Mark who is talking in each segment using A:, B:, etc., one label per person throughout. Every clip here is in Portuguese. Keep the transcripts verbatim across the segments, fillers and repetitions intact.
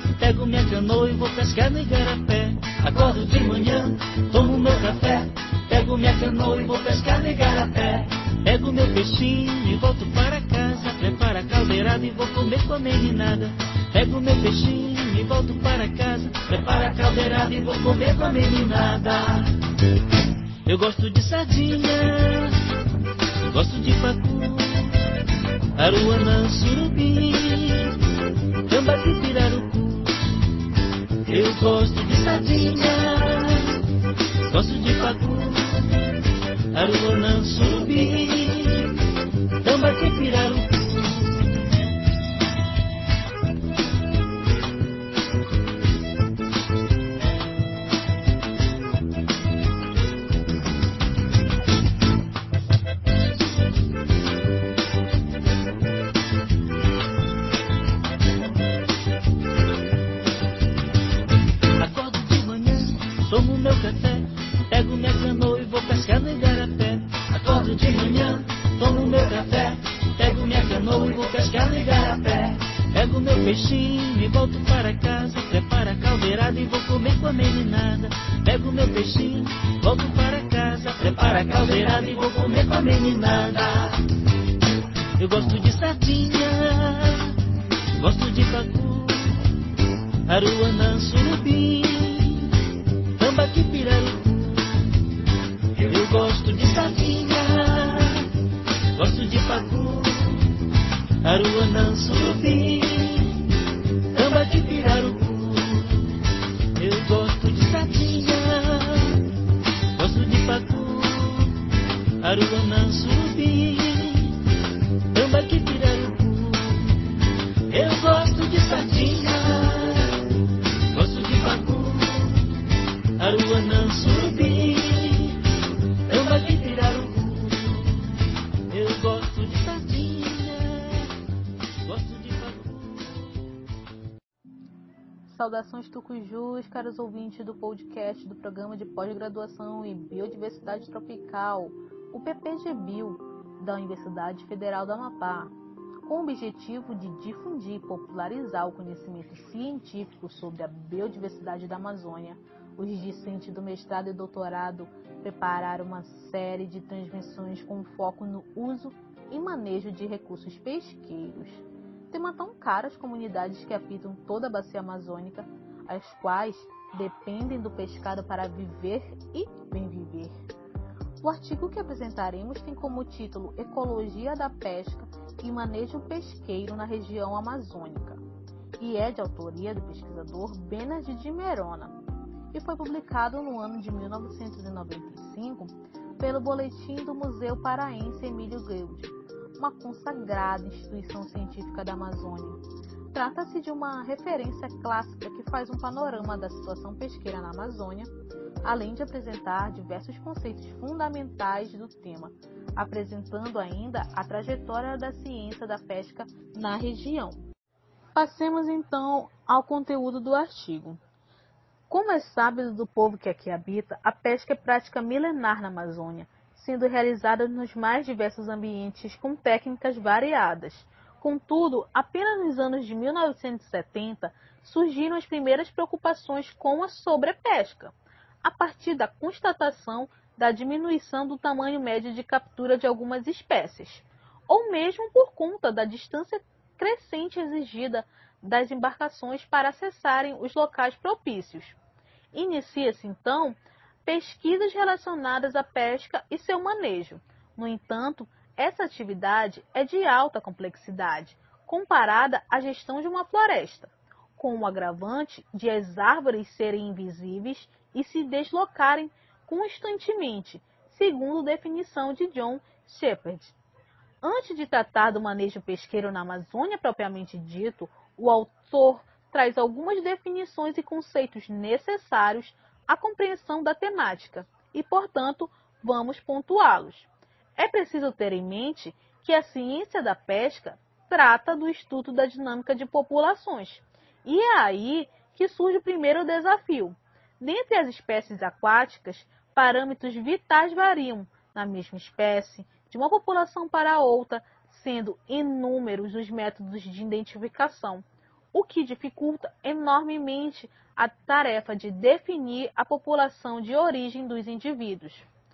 A: pego minha canoa e vou pescar no igarapé. Acordo de manhã, tomo meu café, pego minha canoa e vou pescar no igarapé. Pego meu peixinho e volto para casa, preparo a caldeirada e vou comer com a meninada. Pego meu peixinho e volto para casa, preparo a caldeirada e vou comer com a meninada. Eu gosto de sardinha, gosto de pacu, aruanã, surubim, tambaqui, pirarucu. Eu gosto de sardinha, gosto de pacu, aruanã, surubim, tambaqui, pirarucu. Tomo meu café, pego minha canoa e vou pescar no igarapé. Acordo de manhã, tomo meu café, pego minha canoa e vou pescar no igarapé. Pego meu peixinho e volto para casa, preparo a caldeirada e vou comer com a meninada. Pego meu peixinho, volto para casa, preparo a caldeirada e vou comer com a meninada. Eu gosto de sardinha, gosto de pacu, aruanã, surubim, tambaqui, pirarucu. Eu gosto de sardinha, gosto de pacu, aruanã, surubim, tambaqui, pirarucu. Eu gosto de sardinha, gosto de pacu, aruanã, surubim, tambaqui, pirarucu. Eu gosto de sardinha, gosto de pacu, aruanã, surubim, tambaqui, pirarucu. Eu gosto de sardinha, gosto de pacu.
B: Saudações tucujus, caros ouvintes do podcast do Programa de Pós-Graduação em Biodiversidade Tropical, o P P G Bio, da Universidade Federal do Amapá, com o objetivo de difundir e popularizar o conhecimento científico sobre a biodiversidade da Amazônia. Os discentes do mestrado e doutorado prepararam uma série de transmissões com foco no uso e manejo de recursos pesqueiros, tema tão caro às comunidades que habitam toda a bacia amazônica, as quais dependem do pescado para viver e bem viver. O artigo que apresentaremos tem como título Ecologia da Pesca e Manejo Pesqueiro na Região Amazônica, e é de autoria do pesquisador Bernard de Merona, e foi publicado no ano de mil novecentos e noventa e cinco pelo Boletim do Museu Paraense Emílio Guild, uma consagrada instituição científica da Amazônia. Trata-se de uma referência clássica que faz um panorama da situação pesqueira na Amazônia, além de apresentar diversos conceitos fundamentais do tema, apresentando ainda a trajetória da ciência da pesca na região. Passemos então ao conteúdo do artigo. Como é sábio do povo que aqui habita, a pesca é prática milenar na Amazônia, sendo realizada nos mais diversos ambientes com técnicas variadas. Contudo, apenas nos anos de mil novecentos e setenta surgiram as primeiras preocupações com a sobrepesca, a partir da constatação da diminuição do tamanho médio de captura de algumas espécies, ou mesmo por conta da distância crescente exigida das embarcações para acessarem os locais propícios. Inicia-se, então, pesquisas relacionadas à pesca e seu manejo. No entanto, essa atividade é de alta complexidade, comparada à gestão de uma floresta, com o agravante de as árvores serem invisíveis e se deslocarem constantemente, segundo definição de John Shepherd. Antes de tratar do manejo pesqueiro na Amazônia propriamente dito, o autor traz algumas definições e conceitos necessários à compreensão da temática e, portanto, vamos pontuá-los. É preciso ter em mente que a ciência da pesca trata do estudo da dinâmica de populações, e é aí que surge o primeiro desafio. Dentre as espécies aquáticas, parâmetros vitais variam na mesma espécie, de uma população para outra, sendo inúmeros os métodos de identificação. o que dificulta enormemente a tarefa de definir a população de origem dos indivíduos.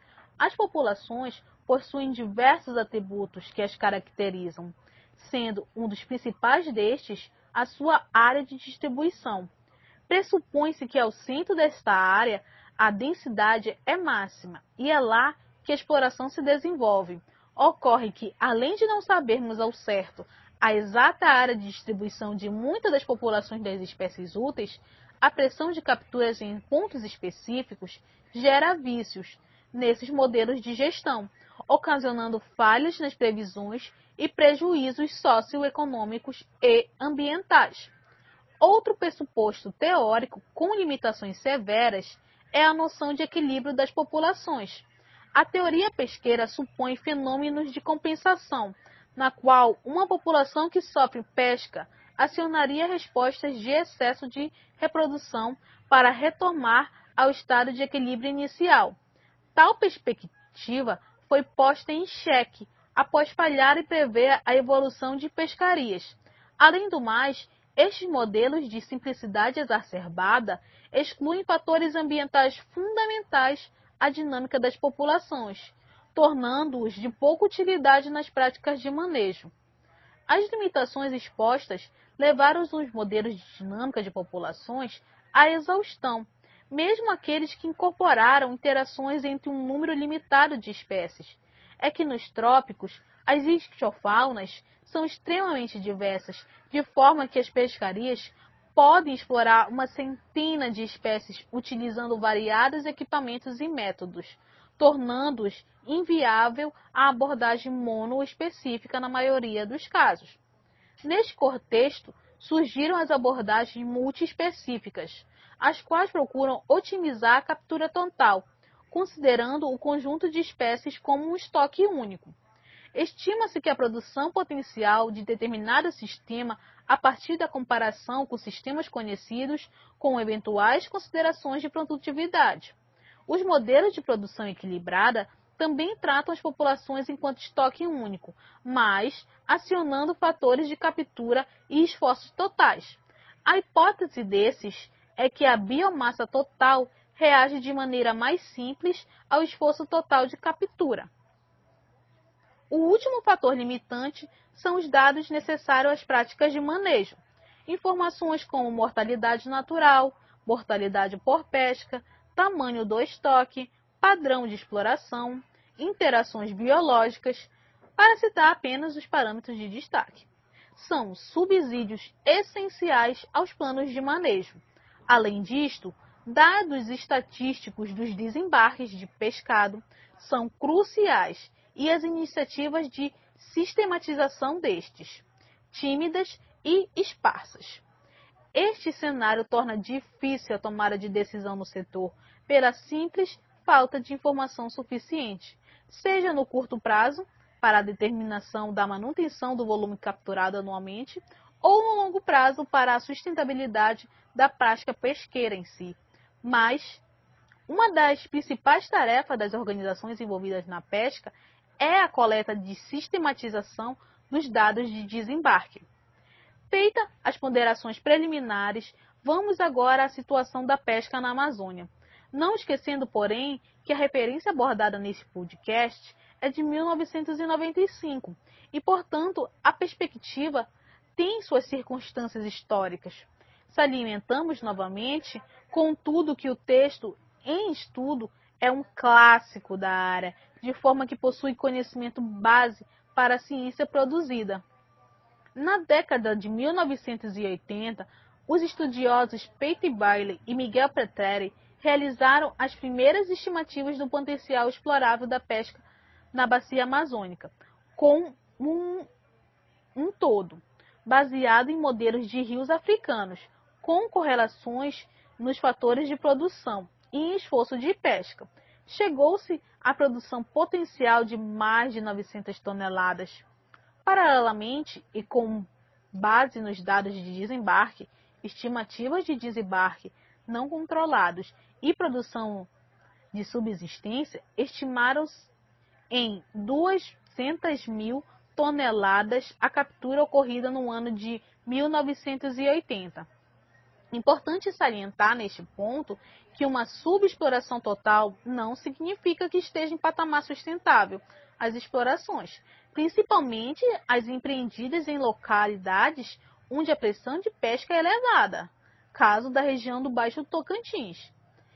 B: As populações possuem diversos atributos que as caracterizam, sendo um dos principais destes a sua área de distribuição. Pressupõe-se que ao centro desta área a densidade é máxima e é lá que a exploração se desenvolve. Ocorre que, além de não sabermos ao certo a exata área de distribuição de muitas das populações das espécies úteis, a pressão de capturas em pontos específicos gera vícios nesses modelos de gestão, ocasionando falhas nas previsões e prejuízos socioeconômicos e ambientais. Outro pressuposto teórico com limitações severas é a noção de equilíbrio das populações. A teoria pesqueira supõe fenômenos de compensação, na qual uma população que sofre pesca acionaria respostas de excesso de reprodução para retomar ao estado de equilíbrio inicial. Tal perspectiva foi posta em xeque após falhar em prever a evolução de pescarias. Além do mais, estes modelos de simplicidade exacerbada excluem fatores ambientais fundamentais à dinâmica das populações, tornando-os de pouca utilidade nas práticas de manejo. As limitações expostas levaram os modelos de dinâmica de populações à exaustão, mesmo aqueles que incorporaram interações entre um número limitado de espécies. É que nos trópicos, as ictiofaunas são extremamente diversas, de forma que as pescarias podem explorar uma centena de espécies utilizando variados equipamentos e métodos, tornando-os inviável a abordagem monoespecífica na maioria dos casos. Neste contexto, surgiram as abordagens multiespecíficas, as quais procuram otimizar a captura total, considerando o conjunto de espécies como um estoque único. Estima-se que a produção potencial de determinado sistema, a partir da comparação com sistemas conhecidos, com eventuais considerações de produtividade. Os modelos de produção equilibrada também tratam as populações enquanto estoque único, mas acionando fatores de captura e esforços totais. A hipótese desses é que a biomassa total reage de maneira mais simples ao esforço total de captura. O último fator limitante são os dados necessários às práticas de manejo. Informações como mortalidade natural, mortalidade por pesca, tamanho do estoque, padrão de exploração, interações biológicas, para citar apenas os parâmetros de destaque. São subsídios essenciais aos planos de manejo. Além disto, dados estatísticos dos desembarques de pescado são cruciais e as iniciativas de sistematização destes, tímidas e esparsas. Este cenário torna difícil a tomada de decisão no setor pela simples falta de informação suficiente, seja no curto prazo, para a determinação da manutenção do volume capturado anualmente, ou no longo prazo para a sustentabilidade da prática pesqueira em si. Mas uma das principais tarefas das organizações envolvidas na pesca é a coleta de sistematização dos dados de desembarque. Feita as ponderações preliminares, vamos agora à situação da pesca na Amazônia. Não esquecendo, porém, que a referência abordada nesse podcast é de mil novecentos e noventa e cinco e, portanto, a perspectiva tem suas circunstâncias históricas. Salientamos novamente, contudo, que o texto em estudo é um clássico da área, de forma que possui conhecimento base para a ciência produzida. Na década de mil novecentos e oitenta, os estudiosos Pete Bailey e Miguel Preteri realizaram as primeiras estimativas do potencial explorável da pesca na bacia amazônica, com um, um todo, baseado em modelos de rios africanos, com correlações nos fatores de produção e em esforço de pesca. Chegou-se à produção potencial de mais de novecentas toneladas. Paralelamente, e com base nos dados de desembarque, estimativas de desembarque não controlados e produção de subsistência, estimaram-se em duzentas mil toneladas a captura ocorrida no ano de mil novecentos e oitenta. Importante salientar neste ponto que uma subexploração total não significa que esteja em patamar sustentável as explorações, principalmente as empreendidas em localidades onde a pressão de pesca é elevada, caso da região do Baixo Tocantins.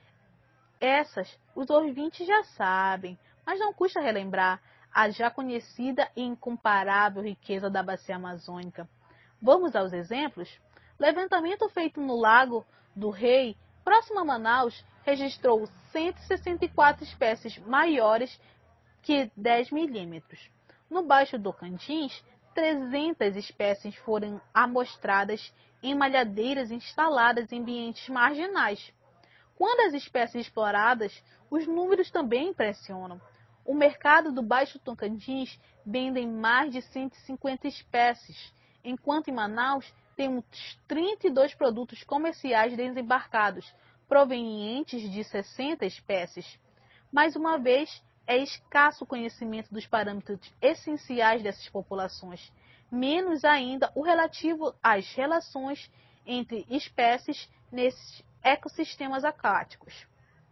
B: Essas os ouvintes já sabem, mas não custa relembrar a já conhecida e incomparável riqueza da bacia amazônica. Vamos aos exemplos? Levantamento feito no Lago do Rei, próximo a Manaus, registrou cento e sessenta e quatro espécies maiores que dez milímetros. No Baixo Tocantins, trezentas espécies foram amostradas em malhadeiras instaladas em ambientes marginais. Quando as espécies exploradas, os números também impressionam. O mercado do Baixo Tocantins vende mais de cento e cinquenta espécies, enquanto em Manaus temos trinta e dois produtos comerciais desembarcados, provenientes de sessenta espécies. Mais uma vez, é escasso o conhecimento dos parâmetros essenciais dessas populações, menos ainda o relativo às relações entre espécies nesses ecossistemas aquáticos.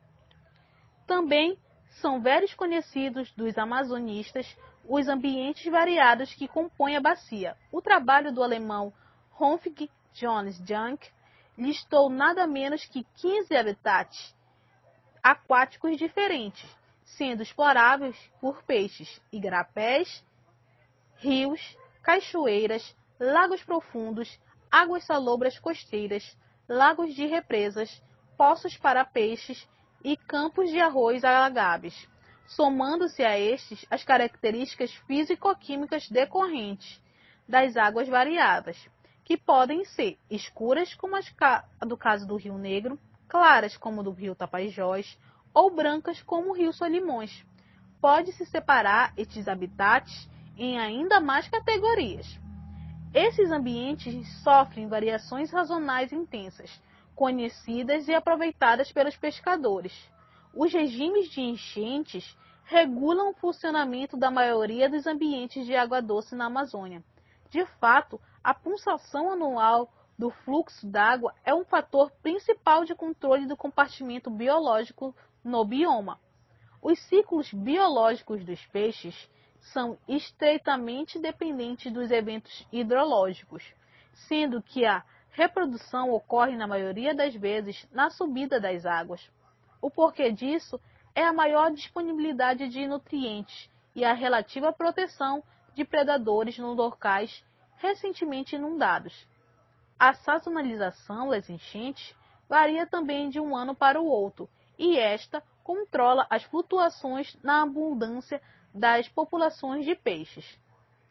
B: Também são velhos conhecidos dos amazonistas os ambientes variados que compõem a bacia. O trabalho do alemão Ronfig Jones Junk listou nada menos que quinze habitats aquáticos diferentes, sendo exploráveis por peixes, igarapés, rios, cachoeiras, lagos profundos, águas salobras costeiras, lagos de represas, poços para peixes e campos de arroz alagáveis, somando-se a estes as características físico-químicas decorrentes das águas variadas, que podem ser escuras, como as do caso do Rio Negro, claras, como do Rio Tapajós, ou brancas, como o Rio Solimões. Pode-se separar estes habitats em ainda mais categorias. Esses ambientes sofrem variações sazonais intensas, conhecidas e aproveitadas pelos pescadores. Os regimes de enchentes regulam o funcionamento da maioria dos ambientes de água doce na Amazônia. De fato, a pulsação anual do fluxo d'água é um fator principal de controle do compartimento biológico no bioma. Os ciclos biológicos dos peixes são estreitamente dependentes dos eventos hidrológicos, sendo que a reprodução ocorre na maioria das vezes na subida das águas. O porquê disso é a maior disponibilidade de nutrientes e a relativa proteção de predadores nos locais recentemente inundados. A sazonalização das enchentes varia também de um ano para o outro, e esta controla as flutuações na abundância das populações de peixes.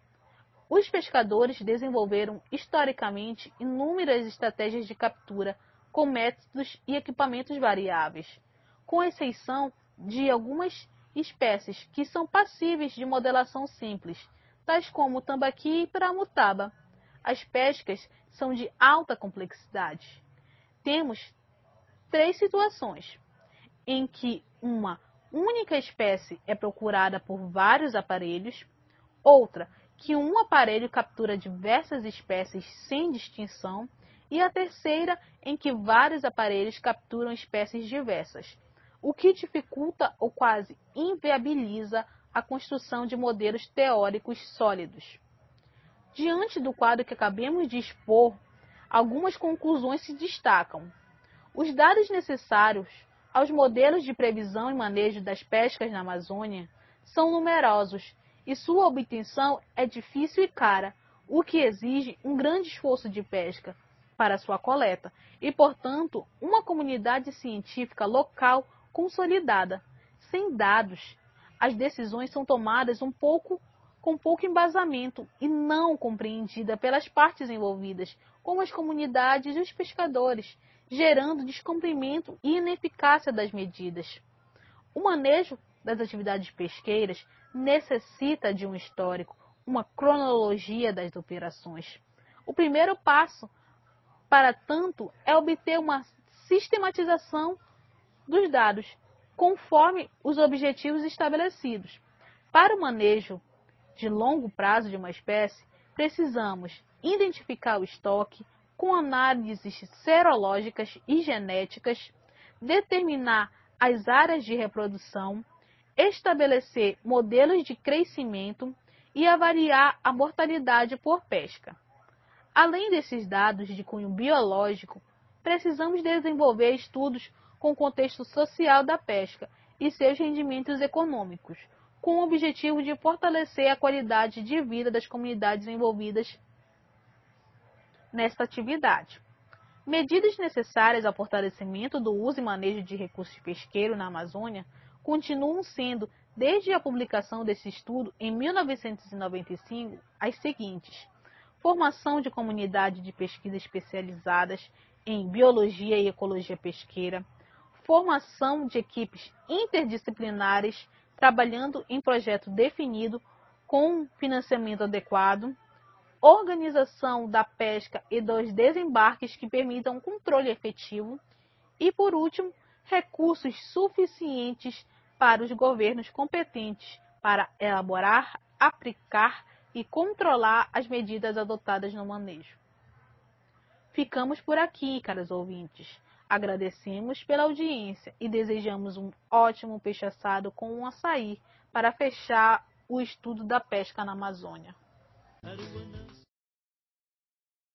B: Os pescadores desenvolveram historicamente inúmeras estratégias de captura com métodos e equipamentos variáveis, com exceção de algumas espécies que são passíveis de modelação simples, tais como o tambaqui e piramutaba. As pescas são de alta complexidade. Temos três situações em que uma única espécie é procurada por vários aparelhos, outra que um aparelho captura diversas espécies sem distinção, e a terceira em que vários aparelhos capturam espécies diversas, o que dificulta ou quase inviabiliza a construção de modelos teóricos sólidos. Diante do quadro que acabamos de expor, algumas conclusões se destacam. Os dados necessários aos modelos de previsão e manejo das pescas na Amazônia são numerosos e sua obtenção é difícil e cara, o que exige um grande esforço de pesca para sua coleta e, portanto, uma comunidade científica local consolidada. Sem dados, as decisões são tomadas um pouco com pouco embasamento e não compreendida pelas partes envolvidas, como as comunidades e os pescadores, gerando descumprimento e ineficácia das medidas. O manejo das atividades pesqueiras necessita de um histórico, uma cronologia das operações. O primeiro passo, para tanto, é obter uma sistematização dos dados, conforme os objetivos estabelecidos. Para o manejo de longo prazo de uma espécie, precisamos identificar o estoque com análises serológicas e genéticas, determinar as áreas de reprodução, estabelecer modelos de crescimento e avaliar a mortalidade por pesca. Além desses dados de cunho biológico, precisamos desenvolver estudos com o contexto social da pesca e seus rendimentos econômicos, com o objetivo de fortalecer a qualidade de vida das comunidades envolvidas nesta atividade. Medidas necessárias ao fortalecimento do uso e manejo de recursos pesqueiros na Amazônia continuam sendo, desde a publicação desse estudo em mil novecentos e noventa e cinco, as seguintes: formação de comunidades de pesquisa especializadas em biologia e ecologia pesqueira, formação de equipes interdisciplinares trabalhando em projeto definido com financiamento adequado, organização da pesca e dos desembarques que permitam um controle efetivo e, por último, recursos suficientes para os governos competentes para elaborar, aplicar e controlar as medidas adotadas no manejo. Ficamos por aqui, caros ouvintes. Agradecemos pela audiência e desejamos um ótimo peixe assado com um açaí para fechar o estudo da pesca na Amazônia.